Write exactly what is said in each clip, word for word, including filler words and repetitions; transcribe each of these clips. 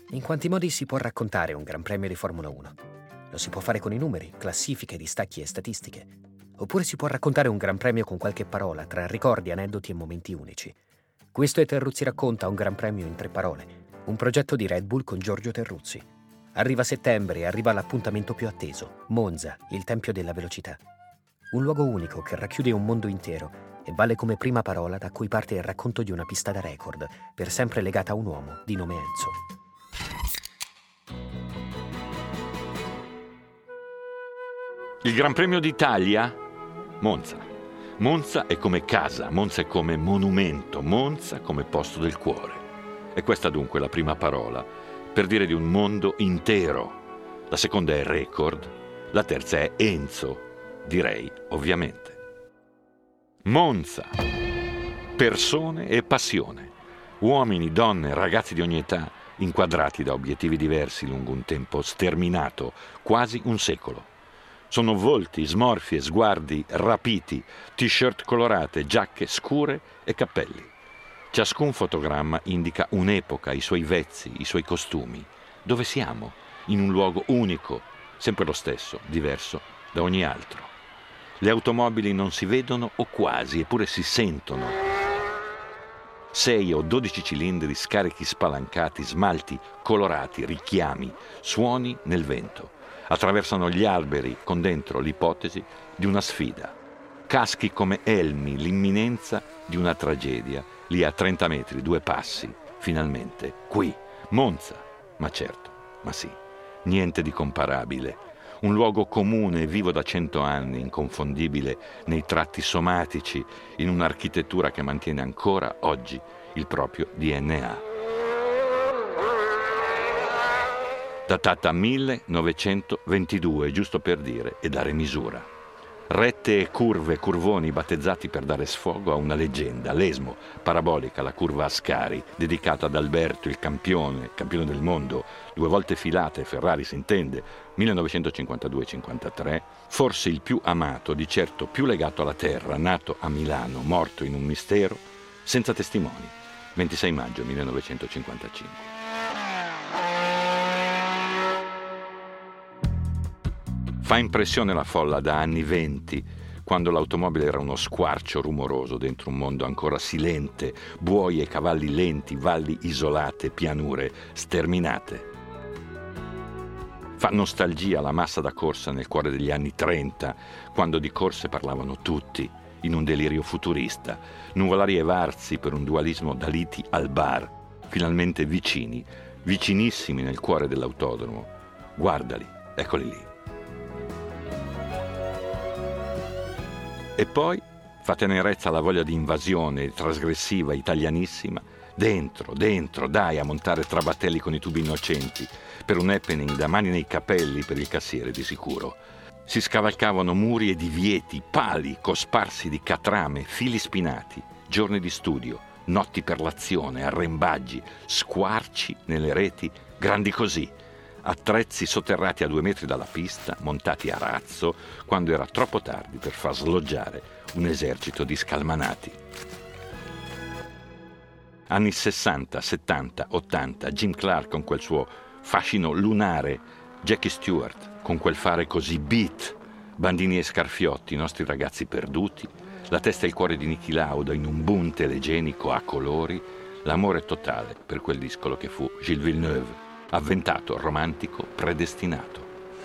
In quanti modi si può raccontare un Gran Premio di Formula uno? Lo si può fare con i numeri, classifiche, distacchi e statistiche. Oppure si può raccontare un Gran Premio con qualche parola, tra ricordi, aneddoti e momenti unici. Questo è Terruzzi racconta un Gran Premio in tre parole, un progetto di Red Bull con Giorgio Terruzzi. Arriva settembre e arriva l'appuntamento più atteso, Monza, il tempio della velocità. Un luogo unico che racchiude un mondo intero e vale come prima parola da cui parte il racconto di una pista da record, per sempre legata a un uomo di nome Enzo. Il Gran Premio d'Italia? Monza. Monza è come casa, Monza è come monumento, Monza come posto del cuore. E questa dunque è la prima parola per dire di un mondo intero. La seconda è record, la terza è Enzo, direi ovviamente. Monza. Persone e passione. Uomini, donne, ragazzi di ogni età, inquadrati da obiettivi diversi lungo un tempo sterminato, quasi un secolo. Sono volti, smorfie, sguardi, rapiti, t-shirt colorate, giacche scure e cappelli. Ciascun fotogramma indica un'epoca, i suoi vezzi, i suoi costumi. Dove siamo? In un luogo unico, sempre lo stesso, diverso da ogni altro. Le automobili non si vedono o quasi, eppure si sentono. Sei o dodici cilindri, scarichi spalancati, smalti colorati, richiami, suoni nel vento. Attraversano gli alberi con dentro l'ipotesi di una sfida. Caschi come elmi, l'imminenza di una tragedia, lì a trenta metri, due passi, finalmente, qui, Monza. Ma certo, ma sì, niente di comparabile. Un luogo comune, vivo da cento anni, inconfondibile nei tratti somatici, in un'architettura che mantiene ancora oggi il proprio D N A. Datata millenovecentoventidue, giusto per dire e dare misura. Rette e curve, curvoni battezzati per dare sfogo a una leggenda, l'Esmo, parabolica, la curva Ascari, dedicata ad Alberto, il campione, campione del mondo, due volte filate, Ferrari si intende, millenovecentocinquantadue cinquantatré, forse il più amato, di certo più legato alla terra, nato a Milano, morto in un mistero, senza testimoni, ventisei maggio millenovecentocinquantacinque. Fa impressione la folla da anni venti, quando l'automobile era uno squarcio rumoroso dentro un mondo ancora silente, buoi e cavalli lenti, valli isolate, pianure sterminate. Fa nostalgia la massa da corsa nel cuore degli anni trenta, quando di corse parlavano tutti, in un delirio futurista, nuvolari e varzi per un dualismo da liti al bar, finalmente vicini, vicinissimi nel cuore dell'autodromo. Guardali, eccoli lì. E poi fa tenerezza la voglia di invasione trasgressiva, italianissima, dentro, dentro, dai, a montare trabattelli con i tubi innocenti, per un happening da mani nei capelli per il cassiere di sicuro. Si scavalcavano muri e divieti, pali cosparsi di catrame, fili spinati, giorni di studio, notti per l'azione, arrembaggi, squarci nelle reti, grandi così, attrezzi sotterrati a due metri dalla pista, montati a razzo, quando era troppo tardi per far sloggiare un esercito di scalmanati. Anni sessanta, settanta, ottanta, Jim Clark con quel suo fascino lunare, Jackie Stewart con quel fare così beat, Bandini e Scarfiotti, i nostri ragazzi perduti, la testa e il cuore di Niki Lauda in un boom telegenico a colori, l'amore totale per quel discolo che fu Gilles Villeneuve, avventato, romantico, predestinato.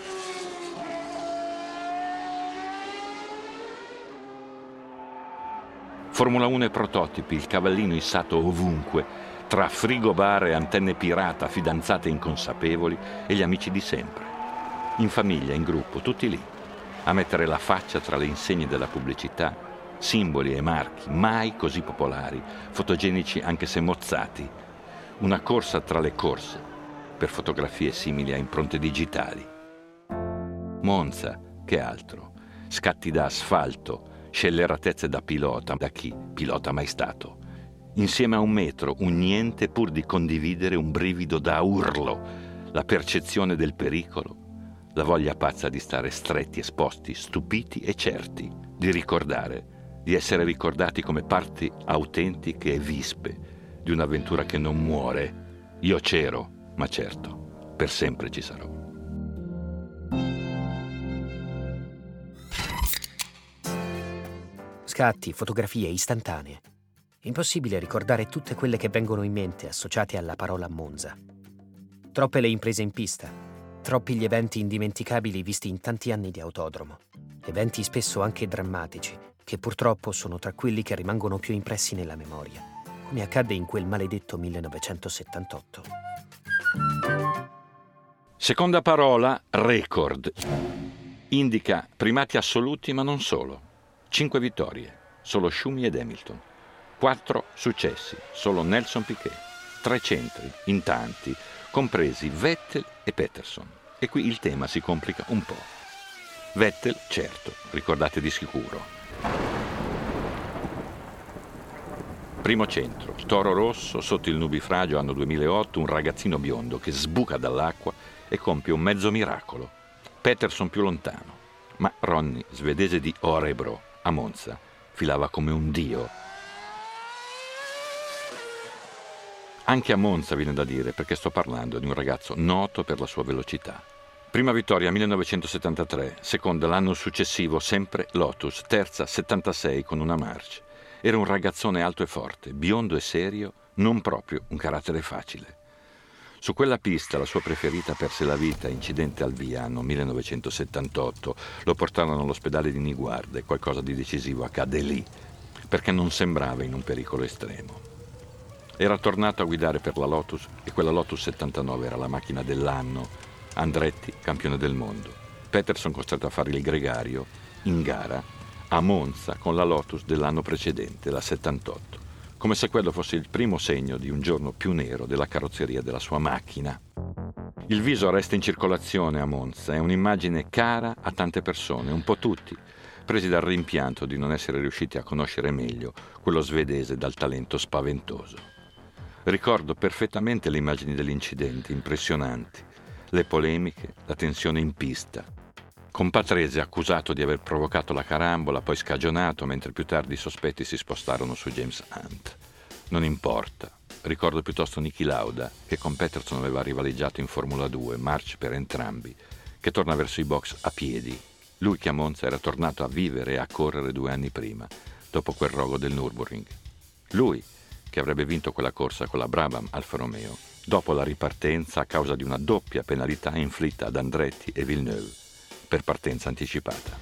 Formula uno e prototipi, il cavallino issato ovunque, tra frigobar e antenne pirata, fidanzate inconsapevoli e gli amici di sempre. In famiglia, in gruppo, tutti lì, a mettere la faccia tra le insegne della pubblicità, simboli e marchi, mai così popolari, fotogenici anche se mozzati. Una corsa tra le corse, per fotografie simili a impronte digitali. Monza, che altro? Scatti da asfalto, scelleratezze da pilota, da chi pilota mai stato. Insieme a un metro, un niente pur di condividere un brivido da urlo, la percezione del pericolo, la voglia pazza di stare stretti, esposti, stupiti e certi, di ricordare, di essere ricordati come parti autentiche e vispe di un'avventura che non muore. Io c'ero, ma certo, per sempre ci sarò. Scatti, fotografie istantanee. Impossibile ricordare tutte quelle che vengono in mente associate alla parola Monza. Troppe le imprese in pista, troppi gli eventi indimenticabili visti in tanti anni di autodromo. Eventi spesso anche drammatici, che purtroppo sono tra quelli che rimangono più impressi nella memoria, come accadde in quel maledetto millenovecentosettantotto. Seconda parola, record. Indica primati assoluti, ma non solo. Cinque vittorie, solo Schumi ed Hamilton. Quattro successi, solo Nelson Piquet. Tre centri, in tanti, compresi Vettel e Peterson. E qui il tema si complica un po'. Vettel, certo, ricordate di sicuro. Primo centro, Toro Rosso, sotto il nubifragio, anno duemilaotto, un ragazzino biondo che sbuca dall'acqua e compie un mezzo miracolo. Peterson più lontano, ma Ronnie, svedese di Örebro, a Monza, filava come un dio. Anche a Monza viene da dire, perché sto parlando di un ragazzo noto per la sua velocità. Prima vittoria millenovecentosettantatré, seconda l'anno successivo sempre Lotus, terza settantasei con una March. Era un ragazzone alto e forte, biondo e serio, non proprio un carattere facile. Su quella pista la sua preferita perse la vita, incidente al via, anno millenovecentosettantotto. Lo portarono all'ospedale di Niguarda e qualcosa di decisivo accadde lì, perché non sembrava in un pericolo estremo. Era tornato a guidare per la Lotus e quella Lotus settantanove era la macchina dell'anno. Andretti, campione del mondo. Peterson costretto a fare il gregario in gara a Monza con la Lotus dell'anno precedente, la settantotto. Come se quello fosse il primo segno di un giorno più nero della carrozzeria della sua macchina. Il viso resta in circolazione a Monza, è un'immagine cara a tante persone, un po' tutti, presi dal rimpianto di non essere riusciti a conoscere meglio quello svedese dal talento spaventoso. Ricordo perfettamente le immagini degli incidenti, impressionanti, le polemiche, la tensione in pista. Compatrese accusato di aver provocato la carambola, poi scagionato, mentre più tardi i sospetti si spostarono su James Hunt. Non importa. Ricordo piuttosto Niki Lauda, che con Peterson aveva rivaleggiato in Formula due, March per entrambi, che torna verso i box a piedi. Lui che a Monza era tornato a vivere e a correre due anni prima, dopo quel rogo del Nürburgring. Lui che avrebbe vinto quella corsa con la Brabham Alfa Romeo, dopo la ripartenza a causa di una doppia penalità inflitta ad Andretti e Villeneuve per partenza anticipata.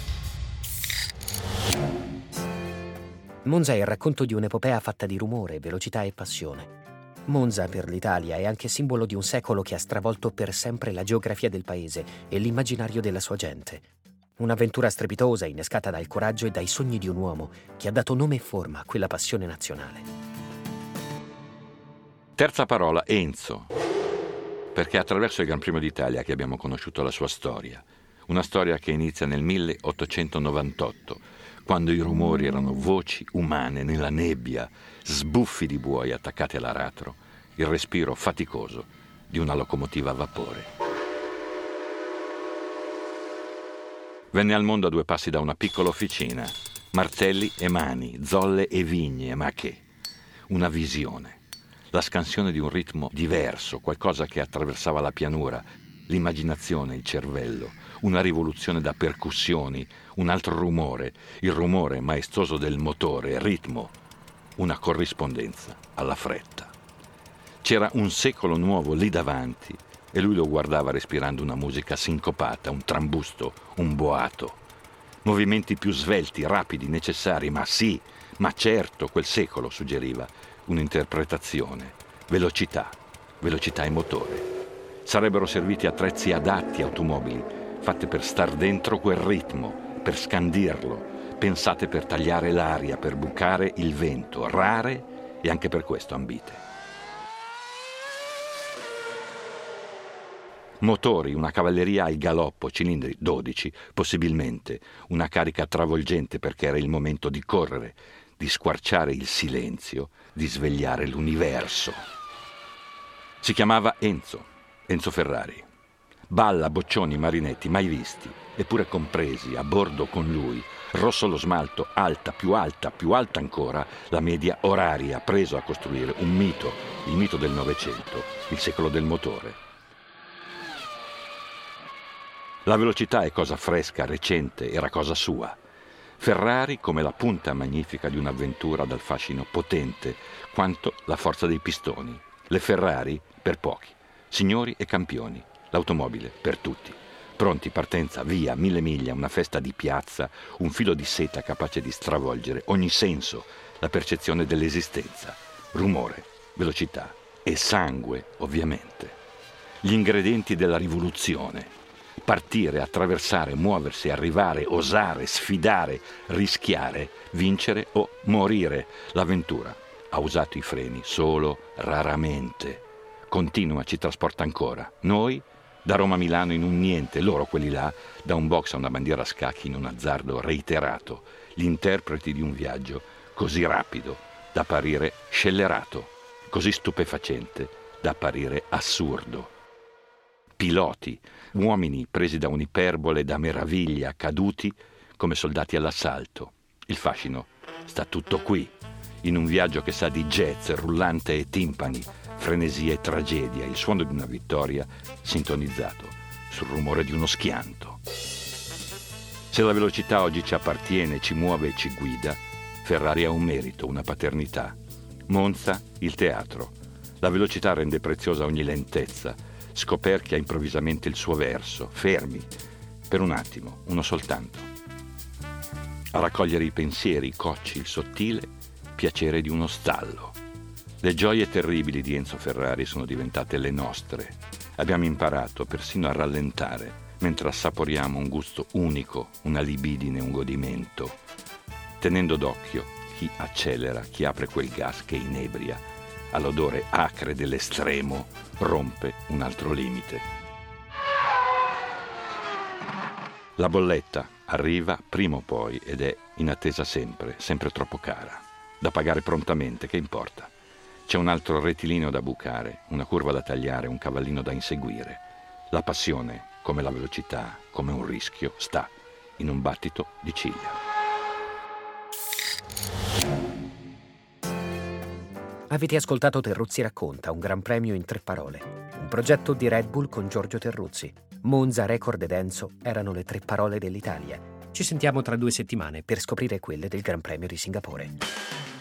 Monza è il racconto di un'epopea fatta di rumore, velocità e passione. Monza per l'Italia è anche simbolo di un secolo che ha stravolto per sempre la geografia del paese e l'immaginario della sua gente. Un'avventura strepitosa innescata dal coraggio e dai sogni di un uomo che ha dato nome e forma a quella passione nazionale. Terza parola, Enzo, perché è attraverso il Gran Premio d'Italia che abbiamo conosciuto la sua storia. Una storia che inizia nel milleottocentonovantotto, quando i rumori erano voci umane nella nebbia, sbuffi di buoi attaccati all'aratro, il respiro faticoso di una locomotiva a vapore. Venne al mondo a due passi da una piccola officina, martelli e mani, zolle e vigne, ma che? Una visione, la scansione di un ritmo diverso, qualcosa che attraversava la pianura, l'immaginazione, il cervello, una rivoluzione da percussioni, un altro rumore, il rumore maestoso del motore, ritmo, una corrispondenza alla fretta. C'era un secolo nuovo lì davanti e lui lo guardava respirando una musica sincopata, un trambusto, un boato. Movimenti più svelti, rapidi, necessari, ma sì, ma certo, quel secolo suggeriva un'interpretazione, velocità, velocità e motore. Sarebbero serviti attrezzi adatti, automobili, fatte per star dentro quel ritmo, per scandirlo, pensate per tagliare l'aria, per bucare il vento, rare e anche per questo ambite. Motori, una cavalleria al galoppo, cilindri dodici, possibilmente, una carica travolgente perché era il momento di correre, di squarciare il silenzio, di svegliare l'universo. Si chiamava Enzo, Enzo Ferrari. Balla, Boccioni, Marinetti, mai visti, eppure compresi, a bordo con lui, rosso lo smalto, alta, più alta, più alta ancora, la media oraria, preso a costruire un mito il mito del Novecento, il secolo del motore. La velocità è cosa fresca, recente, era cosa sua. Ferrari come la punta magnifica di un'avventura dal fascino potente, quanto la forza dei pistoni. Le Ferrari per pochi, signori e campioni, l'automobile per tutti. Pronti, partenza, via, mille miglia, una festa di piazza, un filo di seta capace di stravolgere ogni senso, la percezione dell'esistenza, rumore, velocità e sangue, ovviamente. Gli ingredienti della rivoluzione. Partire, attraversare, muoversi, arrivare, osare, sfidare, rischiare, vincere o morire. L'avventura ha usato i freni solo raramente. Continua, ci trasporta ancora. Noi da Roma a Milano in un niente, loro quelli là, da un box a una bandiera a scacchi in un azzardo reiterato, gli interpreti di un viaggio così rapido da apparire scellerato, così stupefacente da apparire assurdo. Piloti, uomini presi da un'iperbole, da meraviglia, caduti come soldati all'assalto. Il fascino sta tutto qui, in un viaggio che sa di jazz, rullante e timpani, frenesia e tragedia, il suono di una vittoria sintonizzato sul rumore di uno schianto. Se la velocità oggi ci appartiene, ci muove e ci guida, Ferrari ha un merito, una paternità. Monza, il teatro. La velocità rende preziosa ogni lentezza, scoperchia improvvisamente il suo verso, fermi, per un attimo, uno soltanto, a raccogliere i pensieri, i cocci, il sottile piacere di uno stallo. Le gioie terribili di Enzo Ferrari sono diventate le nostre. Abbiamo imparato persino a rallentare, mentre assaporiamo un gusto unico, una libidine, un godimento, tenendo d'occhio chi accelera, chi apre quel gas che inebria, all'odore acre dell'estremo, rompe un altro limite. La bolletta arriva prima o poi ed è in attesa sempre, sempre troppo cara, da pagare prontamente, che importa? C'è un altro rettilineo da bucare, una curva da tagliare, un cavallino da inseguire. La passione, come la velocità, come un rischio, sta in un battito di ciglia. Avete ascoltato Terruzzi racconta, un gran premio in tre parole. Un progetto di Red Bull con Giorgio Terruzzi. Monza, Record ed Enzo erano le tre parole dell'Italia. Ci sentiamo tra due settimane per scoprire quelle del Gran Premio di Singapore.